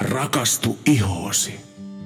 Rakastu ihoosi.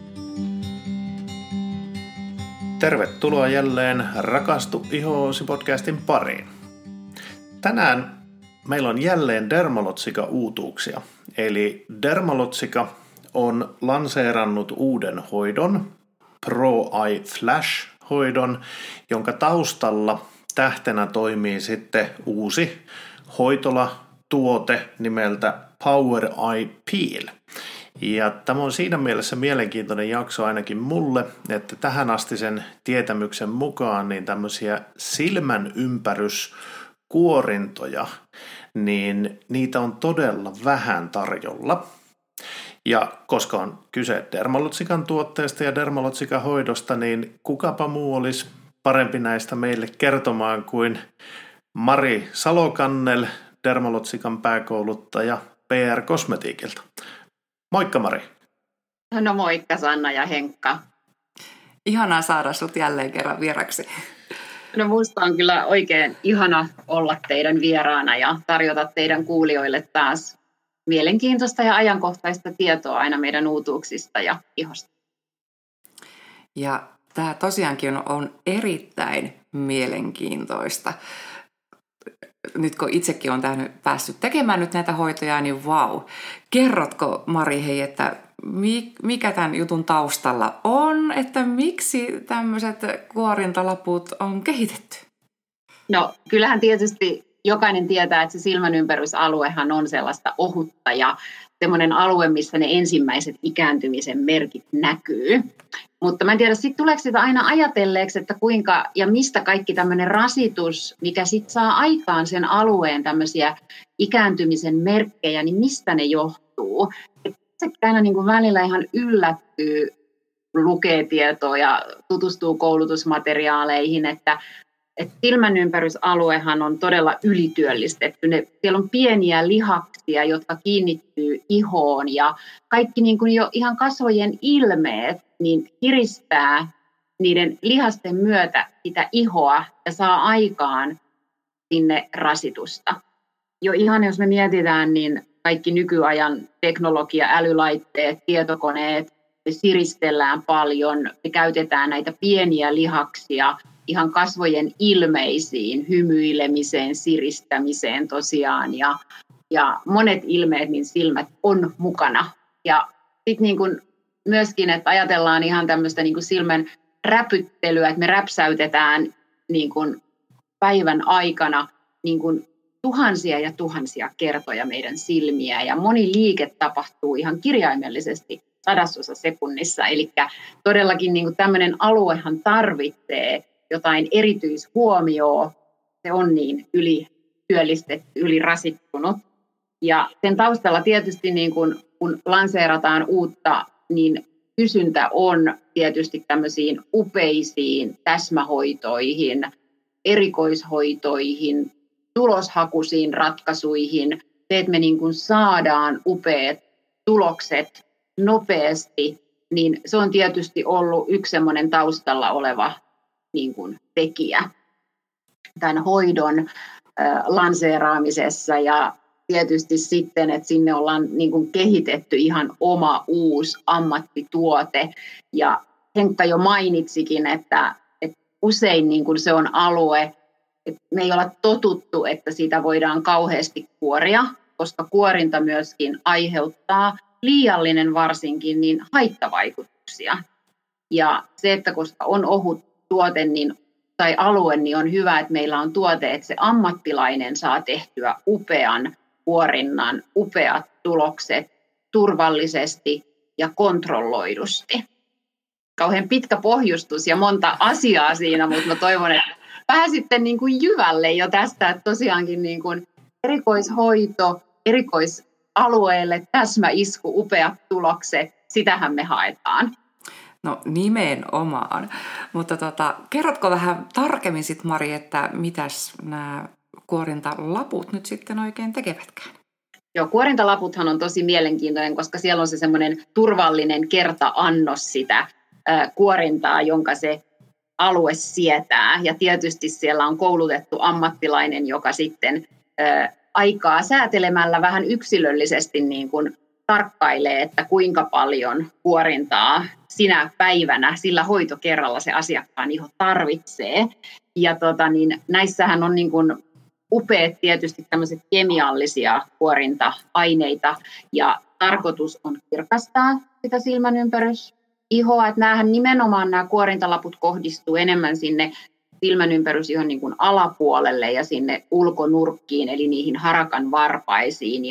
Tervetuloa jälleen Rakastu ihoosi podcastin pariin. Tänään meillä on jälleen Dermalogica-uutuuksia. Eli Dermalogica on lanseerannut uuden hoidon, Pro Eye Flash-hoidon, jonka taustalla tähtenä toimii sitten uusi hoitola-tuote nimeltä Power Eye Peel. Ja tämä on siinä mielessä mielenkiintoinen jakso ainakin mulle, että tähän asti sen tietämyksen mukaan niin tämmöisiä silmän ympäryskuorintoja, niin niitä on todella vähän tarjolla. Ja koska on kyse Dermalogican tuotteesta ja Dermalogican hoidosta, niin kukapa muu olisi parempi näistä meille kertomaan kuin Mari Salokannel, Dermalogican pääkouluttaja PR Cosmetiikilta. Moikka Mari. No moikka Sanna ja Henkka. Ihanaa saada sut jälleen kerran vieraksi. No musta on kyllä oikein ihana olla teidän vieraana ja tarjota teidän kuulijoille taas mielenkiintoista ja ajankohtaista tietoa aina meidän uutuuksista ja ihosta. Ja tämä tosiaankin on erittäin mielenkiintoista. Nyt kun itsekin olen päässyt tekemään nyt näitä hoitoja, niin vau. Kerrotko Mari, hei, että mikä tämän jutun taustalla on, että miksi tämmöiset kuorintalaput on kehitetty? No kyllähän tietysti jokainen tietää, että se silmänympärysaluehan on sellaista ohutta ja semmoinen alue, missä ne ensimmäiset ikääntymisen merkit näkyy. Mutta mä en tiedä, tuleeko sitä aina ajatelleeksi, että kuinka ja mistä kaikki tämmöinen rasitus, mikä sitten saa aikaan sen alueen tämmöisiä ikääntymisen merkkejä, niin mistä ne johtuu. Se aina niin kuin välillä ihan yllättyy, lukee tietoa ja tutustuu koulutusmateriaaleihin, että silmänympärysaluehan on todella ylityöllistetty. Siellä on pieniä lihaksia, jotka kiinnittyy ihoon ja kaikki niin kuin jo ihan kasvojen ilmeet niin kiristää niiden lihasten myötä sitä ihoa ja saa aikaan sinne rasitusta. Jo ihan jos me mietitään, niin kaikki nykyajan teknologia, älylaitteet, tietokoneet, me siristellään paljon, me käytetään näitä pieniä lihaksia ihan kasvojen ilmeisiin, hymyilemiseen, siristämiseen tosiaan ja monet ilmeet, niin silmät on mukana. Ja sitten niin kuin myöskin, että ajatellaan ihan tämmöistä niin kuin silmän räpyttelyä, että me räpsäytetään niin kuin päivän aikana niin kuin tuhansia ja tuhansia kertoja meidän silmiä ja moni liike tapahtuu ihan kirjaimellisesti 1/100 sekunnissa. Eli todellakin niin kuin tämmöinen aluehan tarvitsee jotain erityishuomioon, se on niin ylityöllistetty, ylirasittunut. Ja sen taustalla tietysti niin kun lanseerataan uutta, niin kysyntä on tietysti tämmöisiin upeisiin täsmähoitoihin, erikoishoitoihin, tuloshakuisiin ratkaisuihin. Se, että me niin kun saadaan upeat tulokset nopeasti, niin se on tietysti ollut yksi semmoinen taustalla oleva niin kuin tekijä tämän hoidon lanseeraamisessa ja tietysti sitten, että sinne ollaan niin kuin kehitetty ihan oma uusi ammattituote ja Henkka jo mainitsikin, että usein niin kuin se on alue, että me ei olla totuttu, että siitä voidaan kauheasti kuoria, koska kuorinta myöskin aiheuttaa liiallinen varsinkin niin haittavaikutuksia ja se, että koska on ohut tuote tai alue, niin on hyvä, että meillä on tuote, että se ammattilainen saa tehtyä upean kuorinnan, upeat tulokset turvallisesti ja kontrolloidusti. Kauhean pitkä pohjustus ja monta asiaa siinä, mutta mä toivon, että pääsitte niin kuin jyvälle jo tästä, että tosiaankin niin kuin erikoishoito, erikoisalueelle, täsmäisku, upeat tulokset, sitähän me haetaan. No nimenomaan, mutta kerrotko vähän tarkemmin sit Mari, että mitäs nämä kuorintalaput nyt sitten oikein tekevätkään? Joo, kuorintalaputhan on tosi mielenkiintoinen, koska siellä on se semmoinen turvallinen kerta-annos sitä kuorintaa, jonka se alue sietää. Ja tietysti siellä on koulutettu ammattilainen, joka sitten aikaa säätelemällä vähän yksilöllisesti niin kuin tarkkailee, että kuinka paljon kuorintaa sinä päivänä sillä hoitokerralla se asiakkaan iho tarvitsee. Ja näissähän on niin kuin upeat tietysti tämmöiset kemiallisia kuorinta-aineita, ja tarkoitus on kirkastaa sitä silmänympärysihoa, että nämä kuorintalaput kohdistuu enemmän sinne silmänympäryshon niin kuin alapuolelle ja sinne ulkonurkkiin, eli niihin harakan varpaisiin,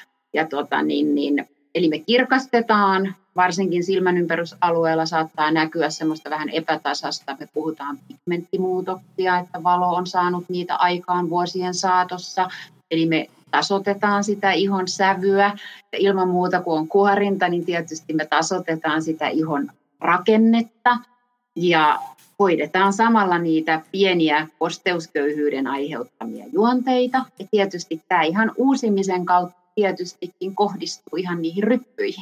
eli me kirkastetaan, varsinkin silmänympärysalueella saattaa näkyä semmoista vähän epätasasta. Me puhutaan pigmenttimuutoksia, että valo on saanut niitä aikaan vuosien saatossa. Eli me tasoitetaan sitä ihon sävyä. Ja ilman muuta, kun on kuorinta, niin tietysti me tasoitetaan sitä ihon rakennetta. Ja hoidetaan samalla niitä pieniä kosteusköyhyyden aiheuttamia juonteita. Ja tietysti tämä ihan uusimisen kautta tietystikin kohdistuu ihan niihin ryppyihin.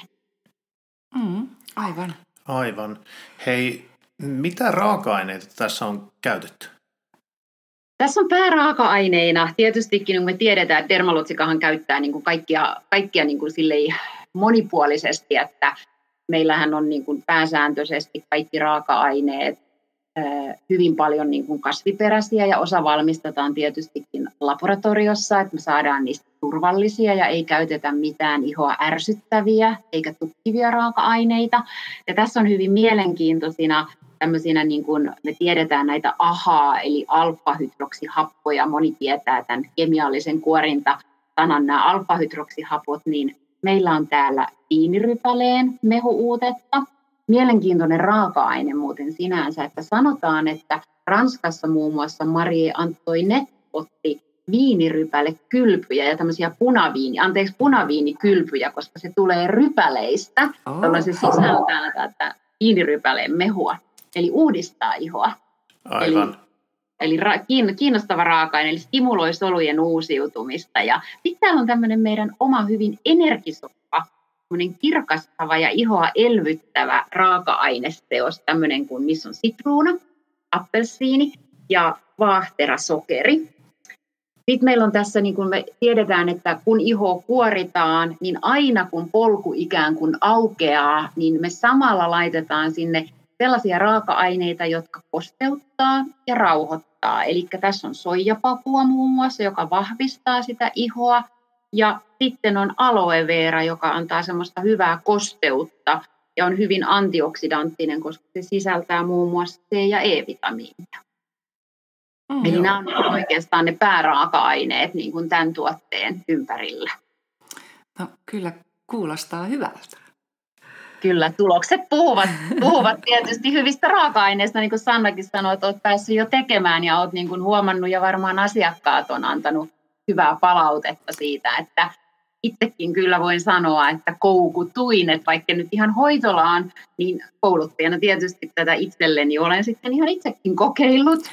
Aivan. Aivan. Hei, mitä raaka-aineita tässä on käytetty? Tässä on pääraaka-aineina tietystikin, kun me tiedetään, että Dermalogicahan käyttää niin kuin kaikkia niin kuin monipuolisesti, että meillähän on niin kuin pääsääntöisesti kaikki raaka-aineet hyvin paljon niin kuin kasviperäisiä, ja osa valmistetaan tietystikin laboratoriossa, että me saadaan niistä turvallisia ja ei käytetä mitään ihoa ärsyttäviä eikä tukkivia raaka-aineita. Ja tässä on hyvin mielenkiintoisina tämmöisinä, niin kuin me tiedetään näitä AHA eli alfa-hydroksihappoja, moni tietää tämän kemiallisen kuorinta-sanan nämä alfa-hydroksihapot, niin meillä on täällä viinirypäleen mehuuutetta. Mielenkiintoinen raaka-aine muuten sinänsä, että sanotaan, että Ranskassa muun muassa Marie Antoinette otti viinirypälekylpyjä ja tämmöisiä punaviinikylpyjä, koska se tulee rypäleistä, jolloin se sisältää tätä viinirypäleen mehua, eli uudistaa ihoa. Aivan. Eli kiinnostava raaka-aine, eli stimuloi solujen uusiutumista. Ja sitten täällä on tämmöinen meidän oma hyvin energisoppa, kirkastava ja ihoa elvyttävä raaka-ainesteos, tämmöinen kuin missä on sitruuna, appelsiini ja vaahterasokeri. Sitten meillä on tässä, niin kuin me tiedetään, että kun iho kuoritaan, niin aina kun polku ikään kuin aukeaa, niin me samalla laitetaan sinne sellaisia raaka-aineita, jotka kosteuttaa ja rauhoittaa. Eli tässä on soijapapua muun muassa, joka vahvistaa sitä ihoa. Ja sitten on aloe vera, joka antaa semmoista hyvää kosteutta ja on hyvin antioksidanttinen, koska se sisältää muun muassa C- ja E-vitamiinia. Eli nämä on oikeastaan ne pääraaka-aineet niin kuin tämän tuotteen ympärillä. No kyllä kuulostaa hyvältä. Kyllä, tulokset puhuvat tietysti hyvistä raaka-aineista, niin kuin Sannakin sanoi, että olet päässyt jo tekemään ja olet niin kuin huomannut ja varmaan asiakkaat on antanut hyvää palautetta siitä, että itsekin kyllä voin sanoa, että koukutuin, että vaikka nyt ihan hoitolaan, niin kouluttajana tietysti tätä itselleni olen sitten ihan itsekin kokeillut.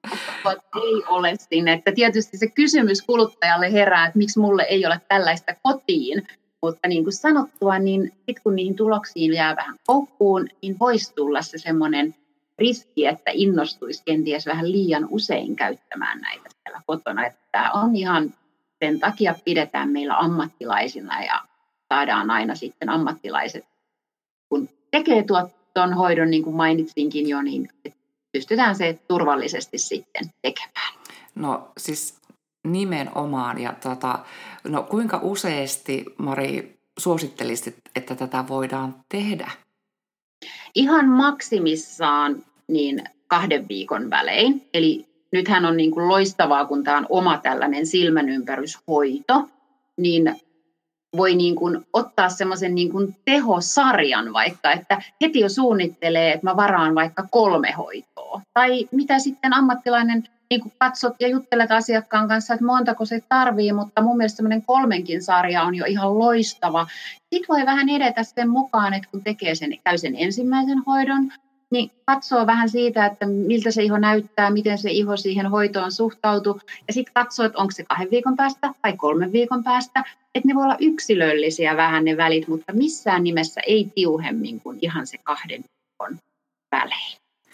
Ei ole sinne, että tietysti se kysymys kuluttajalle herää, että miksi mulle ei ole tällaista kotiin, mutta niin kuin sanottua, niin sitten kun niihin tuloksiin jää vähän koukkuun, niin voisi tulla se semmoinen riski, että innostuisi kenties vähän liian usein käyttämään näitä siellä kotona. Että tämä on ihan sen takia pidetään meillä ammattilaisina ja saadaan aina sitten ammattilaiset, kun tekee tuon hoidon, niin kuin mainitsinkin jo, niin pystytään se turvallisesti sitten tekemään. No siis nimenomaan. Ja no kuinka useasti, Mari, suosittelisit, että tätä voidaan tehdä? Ihan maksimissaan niin 2 viikon välein. Eli nythän on niin kuin loistavaa, kun tämä on oma tällainen silmänympäryshoito, niin voi niin kuin ottaa semmoisen niin kuin tehosarjan vaikka, että heti jo suunnittelee, että mä varaan vaikka 3 hoitoa. Tai mitä sitten ammattilainen niin kuin katsot ja juttelet asiakkaan kanssa, että montako se tarvii, mutta mun mielestä semmoinen 3 sarja on jo ihan loistava. Sitten voi vähän edetä sen mukaan, että kun käy sen ensimmäisen hoidon, niin katsoo vähän siitä, että miltä se iho näyttää, miten se iho siihen hoitoon suhtautuu. Ja sitten katsoo, että onko se 2 viikon päästä tai 3 viikon päästä. Että ne voi olla yksilöllisiä vähän ne välit, mutta missään nimessä ei tiuhemmin kuin ihan se 2 viikon välein.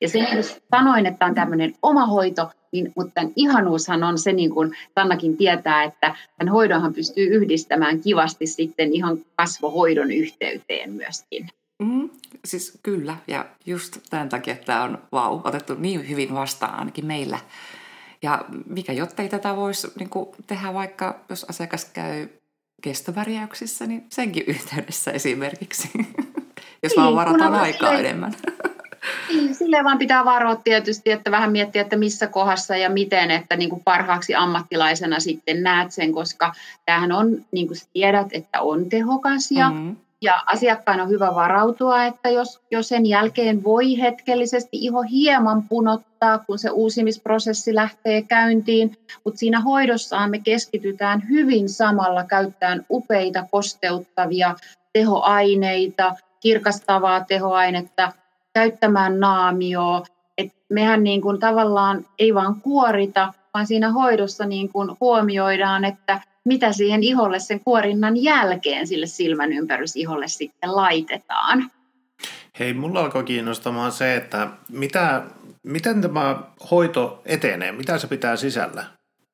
Ja se, niin kuin sanoin, että on tämmöinen oma hoito, niin, mutta tämän ihanuushan on se, niin kuin Sannakin tietää, että tämän hoidonhan pystyy yhdistämään kivasti sitten ihan kasvohoidon yhteyteen myöskin. Siis kyllä, ja just tämän takia, että tämä on otettu niin hyvin vastaan ainakin meillä. Ja mikä jottei tätä voisi niin kuin tehdä vaikka, jos asiakas käy kestovärjäyksissä, niin senkin yhteydessä esimerkiksi, jos vaan varataan aikaa enemmän. Niin, silleen vaan pitää varoa tietysti, että vähän miettiä, että missä kohdassa ja miten, että niin kuin parhaaksi ammattilaisena sitten näet sen, koska tämähän on, niin kuin tiedät, että on tehokas ja asiakkaan on hyvä varautua, että jos sen jälkeen voi hetkellisesti iho hieman punottaa, kun se uusimisprosessi lähtee käyntiin, mutta siinä hoidossaan me keskitytään hyvin samalla käyttämään upeita kosteuttavia tehoaineita, kirkastavaa tehoainetta, käyttämään naamioon. Et mehän niin kuin tavallaan ei vaan kuorita, vaan siinä hoidossa niin kuin huomioidaan, että mitä siihen iholle sen kuorinnan jälkeen sille silmänympärysiholle sitten laitetaan. Hei, mulla alkoi kiinnostamaan se, että miten tämä hoito etenee, mitä se pitää sisällä?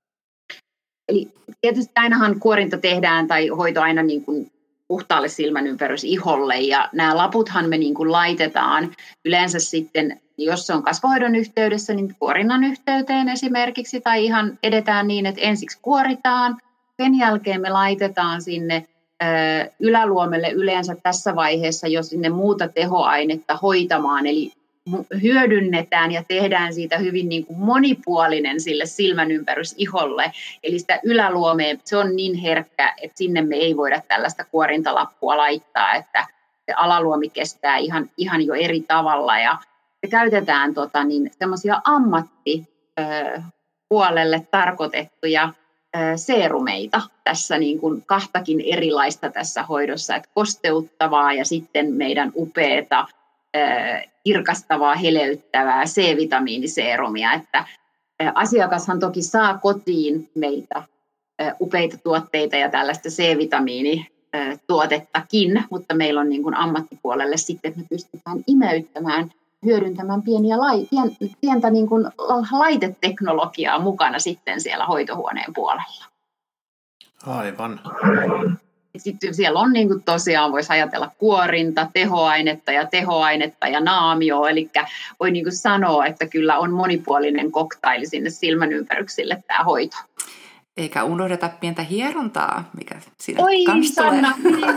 Eli tietysti ainahan kuorinta tehdään tai hoito aina niin kuin puhtaalle silmänympärysiholle ja nämä laputhan me niin kuin laitetaan yleensä sitten, jos se on kasvohoidon yhteydessä, niin kuorinnan yhteyteen esimerkiksi tai ihan edetään niin, että ensiksi kuoritaan. Sen jälkeen me laitetaan sinne yläluomelle yleensä tässä vaiheessa jo sinne muuta tehoainetta hoitamaan, eli hyödynnetään ja tehdään siitä hyvin niin kuin monipuolinen sille silmänympärysiholle. Eli sitä yläluomea, se on niin herkkä, että sinne me ei voida tällaista kuorintalappua laittaa, että se alaluomi kestää ihan jo eri tavalla. Ja me käytetään semmoisia ammattipuolelle tarkoitettuja seerumeita tässä niin kuin kahtakin erilaista tässä hoidossa, että kosteuttavaa ja sitten meidän upeata kirkastavaa, heleyttävää C-vitamiiniseerumia, että asiakashan toki saa kotiin meitä upeita tuotteita ja tällaista C-vitamiinituotettakin, mutta meillä on niin kuin ammattipuolelle sitten, että me pystytään imeyttämään, hyödyntämään pientä niin kuin laiteteknologiaa mukana sitten siellä hoitohuoneen puolella. Aivan. Sitten siellä on niin kuin tosiaan, voisi ajatella kuorinta, tehoainetta ja naamio, eli voi niin kuin sanoa, että kyllä on monipuolinen koktaili sinne silmänympäryksille tämä hoito. Eikä unohdeta pientä hierontaa, mikä siinä kanssa Sanna,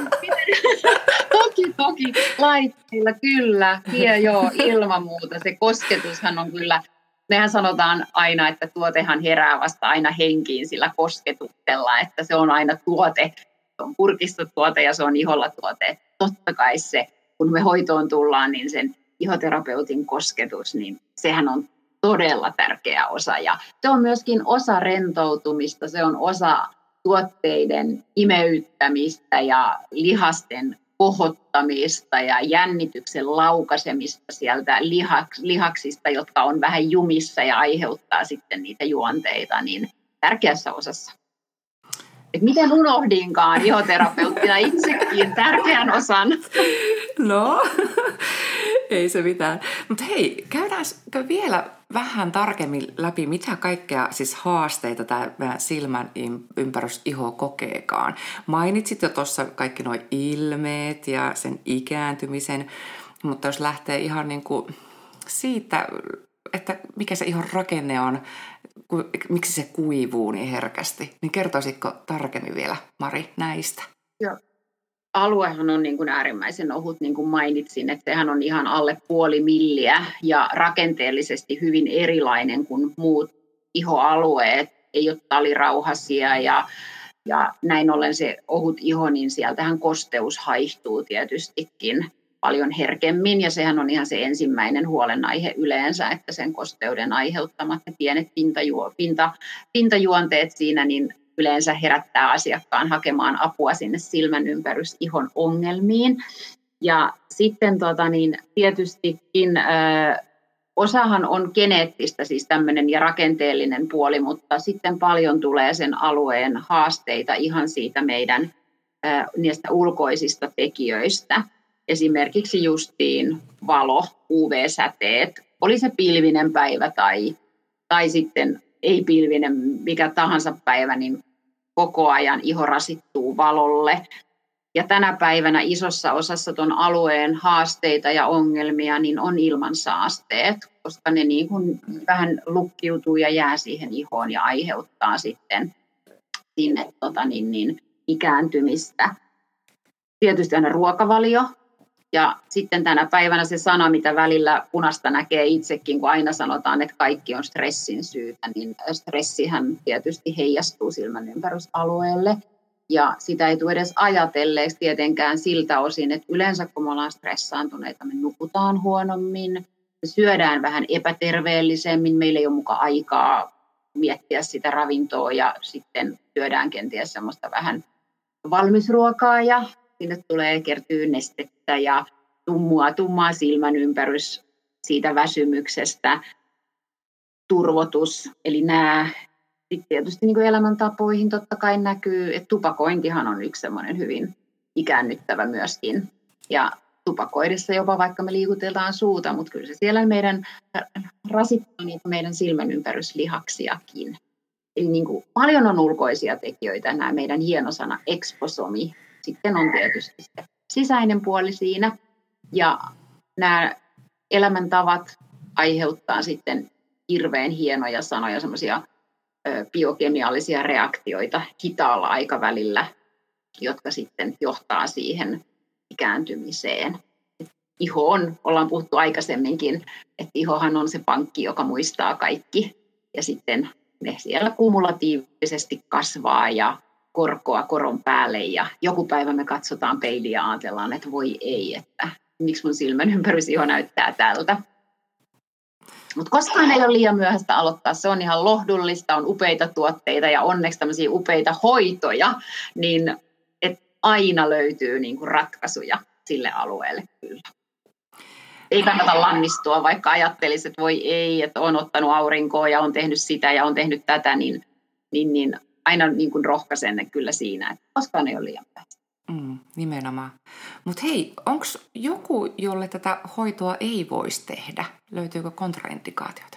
toki, laitteilla kyllä, joo, ilman muuta. Se kosketushan on kyllä, mehän sanotaan aina, että tuotehan herää vasta aina henkiin sillä kosketuksella, että se on aina tuote, se on purkista tuote ja se on iholla tuote. Totta kai se, kun me hoitoon tullaan, niin sen ihoterapeutin kosketus, niin sehän on todella tärkeä osa. Ja se on myöskin osa rentoutumista, se on osa tuotteiden imeyttämistä ja lihasten kohottamista ja jännityksen laukaisemista sieltä lihaksista, jotka on vähän jumissa ja aiheuttaa sitten niitä juonteita, niin tärkeässä osassa. Et miten unohdinkaan ihoterapeuttina itsekin tärkeän osan? No, ei se mitään. Mutta hei, käydään vielä vähän tarkemmin läpi, mitä kaikkea siis haasteita tämä silmän ympärysiho kokeekaan. Mainitsit jo tuossa kaikki nuo ilmeet ja sen ikääntymisen, mutta jos lähtee ihan niin kuin siitä, että mikä se ihon rakenne on, miksi se kuivuu niin herkästi, niin kertoisitko tarkemmin vielä, Mari, näistä? Joo. Aluehan on niin kuin äärimmäisen ohut, niin kuin mainitsin, että sehän on ihan alle 0,5 milliä ja rakenteellisesti hyvin erilainen kuin muut ihoalueet. Ei ole talirauhasia ja näin ollen se ohut iho, niin sieltähän kosteus haihtuu tietystikin paljon herkemmin ja sehän on ihan se ensimmäinen huolenaihe yleensä, että sen kosteuden aiheuttamat ne pienet pintajuonteet siinä niin yleensä herättää asiakkaan hakemaan apua sinne silmänympärysihon ongelmiin. Ja sitten tietystikin osahan on geneettistä, siis tämmöinen ja rakenteellinen puoli, mutta sitten paljon tulee sen alueen haasteita ihan siitä meidän niistä ulkoisista tekijöistä. Esimerkiksi justiin valo, UV-säteet, oli se pilvinen päivä tai sitten ei pilvinen, mikä tahansa päivä, niin koko ajan iho rasittuu valolle. Ja tänä päivänä isossa osassa tuon alueen haasteita ja ongelmia niin on ilmansaasteet, koska ne niin kuin vähän lukkiutuu ja jää siihen ihoon ja aiheuttaa sitten sinne ikääntymistä. Tietysti aina ruokavalio. Ja sitten tänä päivänä se sana, mitä välillä punaista näkee itsekin, kun aina sanotaan, että kaikki on stressin syytä, niin stressihän tietysti heijastuu silmänympärysalueelle. Ja sitä ei tule edes ajatelleeksi tietenkään siltä osin, että yleensä kun me ollaan stressaantuneita, me nukutaan huonommin, me syödään vähän epäterveellisemmin, meillä ei ole muka aikaa miettiä sitä ravintoa ja sitten syödään kenties semmoista vähän valmisruokaa ja sinne kertyy nestettä ja tummaa silmänympärys siitä väsymyksestä, turvotus, eli nämä. Sitten tietysti niin kuin elämäntapoihin totta kai näkyy, että tupakointihan on yksi semmoinen hyvin ikäännyttävä myöskin. Ja tupakoidessa jopa vaikka me liikutellaan suuta, mutta kyllä se siellä meidän rasittaa niitä meidän silmänympäryslihaksia,kin. Eli niin kuin paljon on ulkoisia tekijöitä, nämä meidän hieno sana eksposomi. Sitten on tietysti se sisäinen puoli siinä. Ja nämä elämäntavat aiheuttaa sitten hirveän hienoja sanoja, semmoisia biokemiallisia reaktioita hitaalla aikavälillä, jotka sitten johtaa siihen ikääntymiseen. Iho ollaan puhuttu aikaisemminkin, että ihohan on se pankki, joka muistaa kaikki. Ja sitten ne siellä kumulatiivisesti kasvaa ja korkoa koron päälle. Ja joku päivä me katsotaan peiliä ja ajatellaan, että voi ei, että miksi mun silmänympärysiho näyttää tältä. Mutta koskaan ei ole liian myöhäistä aloittaa. Se on ihan lohdullista, on upeita tuotteita ja onneksi tämmöisiä upeita hoitoja, niin että aina löytyy niinku ratkaisuja sille alueelle kyllä. Ei kannata lannistua, vaikka ajattelisi, että voi ei, että on ottanut aurinkoa ja on tehnyt sitä ja on tehnyt tätä, niin aina niin kuin rohkaisen kyllä siinä, että koskaan ei ole liian myöhäistä. Nimenomaan. Mutta hei, onko joku, jolle tätä hoitoa ei voisi tehdä? Löytyykö kontraindikaatioita?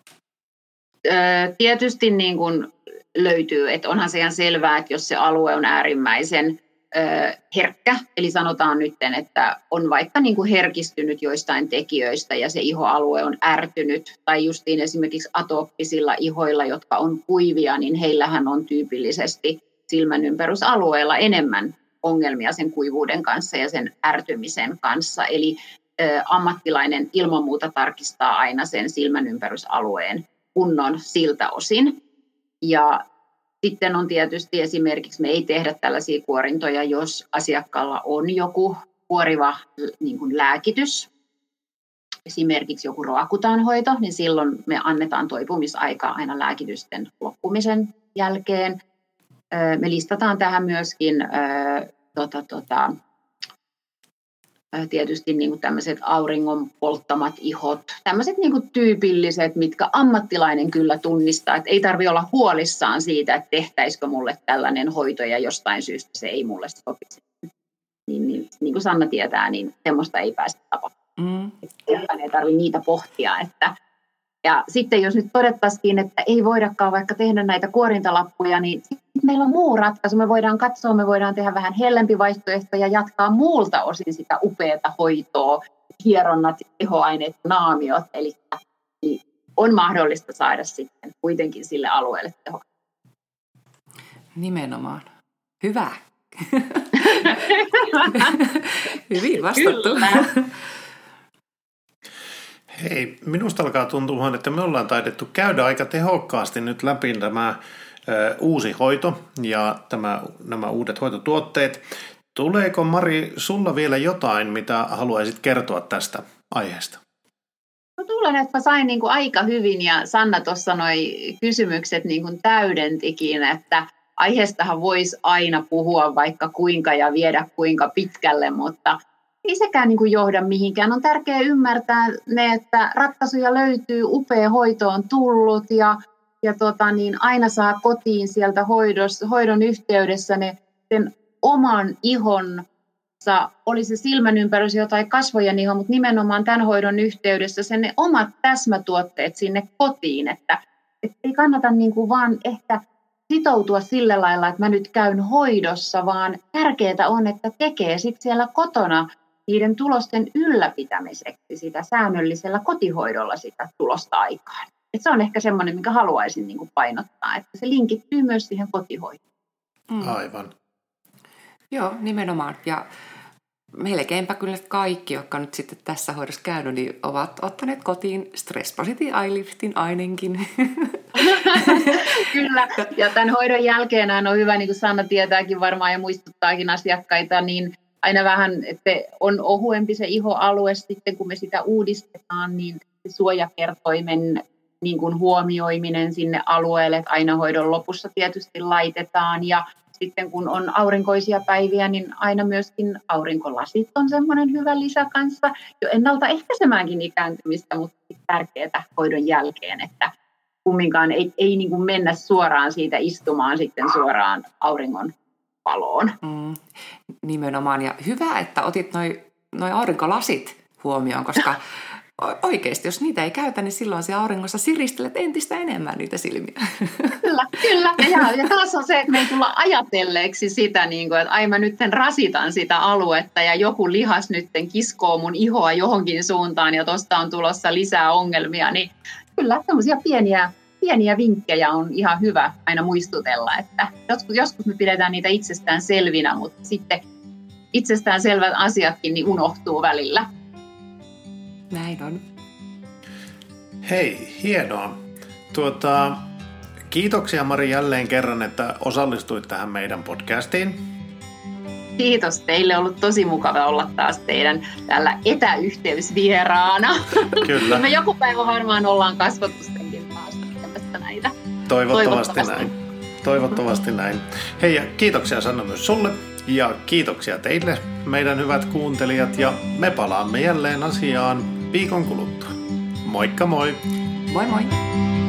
Tietysti niin kuin löytyy, että onhan se ihan selvää, että jos se alue on äärimmäisen herkkä, eli sanotaan nyt, että on vaikka niin kuin herkistynyt joistain tekijöistä ja se ihoalue on ärtynyt, tai justiin esimerkiksi atooppisilla ihoilla, jotka on kuivia, niin heillähän on tyypillisesti silmänympärysalueella enemmän ongelmia sen kuivuuden kanssa ja sen ärtymisen kanssa. Eli ammattilainen ilman muuta tarkistaa aina sen silmänympärysalueen kunnon siltä osin. Ja sitten on tietysti esimerkiksi, me ei tehdä tällaisia kuorintoja, jos asiakkaalla on joku kuoriva niin kuin lääkitys, esimerkiksi joku roakutanhoito, niin silloin me annetaan toipumisaikaa aina lääkitysten loppumisen jälkeen. Me listataan tähän myöskin tietysti niin kuin tämmöiset auringon polttamat ihot, tämmöiset niin kuin tyypilliset, mitkä ammattilainen kyllä tunnistaa, että ei tarvitse olla huolissaan siitä, että tehtäisikö mulle tällainen hoito ja jostain syystä se ei mulle sopisi. Niin kuin Sanna tietää, niin semmoista ei pääse tapahtumaan. Ei tarvitse niitä pohtia, ja sitten jos nyt todettaisiin, että ei voidakaan vaikka tehdä näitä kuorintalappuja, niin meillä on muu ratkaisu. Me voidaan katsoa, me voidaan tehdä vähän hellempi vaihtoehto ja jatkaa muulta osin sitä upeata hoitoa, hieronnat, tehoaineet, naamiot. Eli on mahdollista saada sitten kuitenkin sille alueelle tehoa. Nimenomaan. Hyvä. Hyvin vastattu. Kyllä. Hei, minusta alkaa tuntua, että me ollaan taidettu käydä aika tehokkaasti nyt läpi tämä uusi hoito ja nämä uudet hoitotuotteet. Tuleeko, Mari, sulla vielä jotain, mitä haluaisit kertoa tästä aiheesta? No, luulen, että mä sain niin kuin aika hyvin ja Sanna tuossa noi kysymykset niin kuin täydentikin, että aiheestahan voisi aina puhua vaikka kuinka ja viedä kuinka pitkälle, mutta ei sekään niin kuin johda mihinkään. On tärkeää ymmärtää ne, että ratkaisuja löytyy, upea hoito on tullut ja aina saa kotiin sieltä hoidon yhteydessä sen oman ihon oli se silmän ympärys jotain kasvojen iho, mutta nimenomaan tämän hoidon yhteydessä sen ne omat täsmätuotteet sinne kotiin, että ei kannata niin kuin vaan ehkä sitoutua sillä lailla, että mä nyt käyn hoidossa, vaan tärkeää on, että tekee sitten siellä kotona niiden tulosten ylläpitämiseksi sitä säännöllisellä kotihoidolla sitä tulosta aikaan. Et se on ehkä semmoinen, minkä haluaisin niin kuin painottaa, että se linkittyy myös siihen kotihoitoon. Aivan. Joo, nimenomaan. Ja melkeinpä kyllä kaikki, jotka nyt sitten tässä hoidossa käynyt, niin ovat ottaneet kotiin Stress Positive Eye Liftin ainakin. Kyllä, ja tämän hoidon jälkeen on hyvä, niin kuin Sanna tietääkin varmaan ja muistuttaakin asiakkaita, niin aina vähän, että on ohuempi se ihoalue sitten, kun me sitä uudistetaan, niin suojakertoimen niin kuin huomioiminen sinne alueelle, että aina hoidon lopussa tietysti laitetaan, ja sitten kun on aurinkoisia päiviä, niin aina myöskin aurinkolasit on semmoinen hyvä lisä kanssa, jo ennaltaehkäisemäänkin ikääntymistä, mutta tärkeää hoidon jälkeen, että kumminkaan ei niin kuin mennä suoraan siitä istumaan sitten suoraan auringon valoon. Nimenomaan, ja hyvä, että otit noi aurinkolasit huomioon, koska oikeasti, jos niitä ei käytä, niin silloin siellä auringossa siristelet entistä enemmän niitä silmiä. Kyllä. Ja taas on se, että me ei tulla ajatelleeksi sitä, että ai mä nyt rasitan sitä aluetta ja joku lihas nyt kiskoo mun ihoa johonkin suuntaan ja tosta on tulossa lisää ongelmia, niin kyllä tämmöisiä pieniä vinkkejä on ihan hyvä aina muistutella, että joskus me pidetään niitä itsestään selvinä, mutta sitten itsestään selvät asiatkin niin unohtuu välillä. Näin on. Hei, hienoa. Kiitoksia Mari jälleen kerran, että osallistuit tähän meidän podcastiin. Kiitos teille, on ollut tosi mukava olla taas teidän tällä etäyhteysvieraana. Kyllä. Me joku päivä varmaan ollaan kasvatustenkin taas tekemässä näitä. Toivottavasti näin. Hei ja kiitoksia Sanna myös sulle ja kiitoksia teille meidän hyvät kuuntelijat ja me palaamme jälleen asiaan viikon kuluttua. Moikka moi! Moi moi!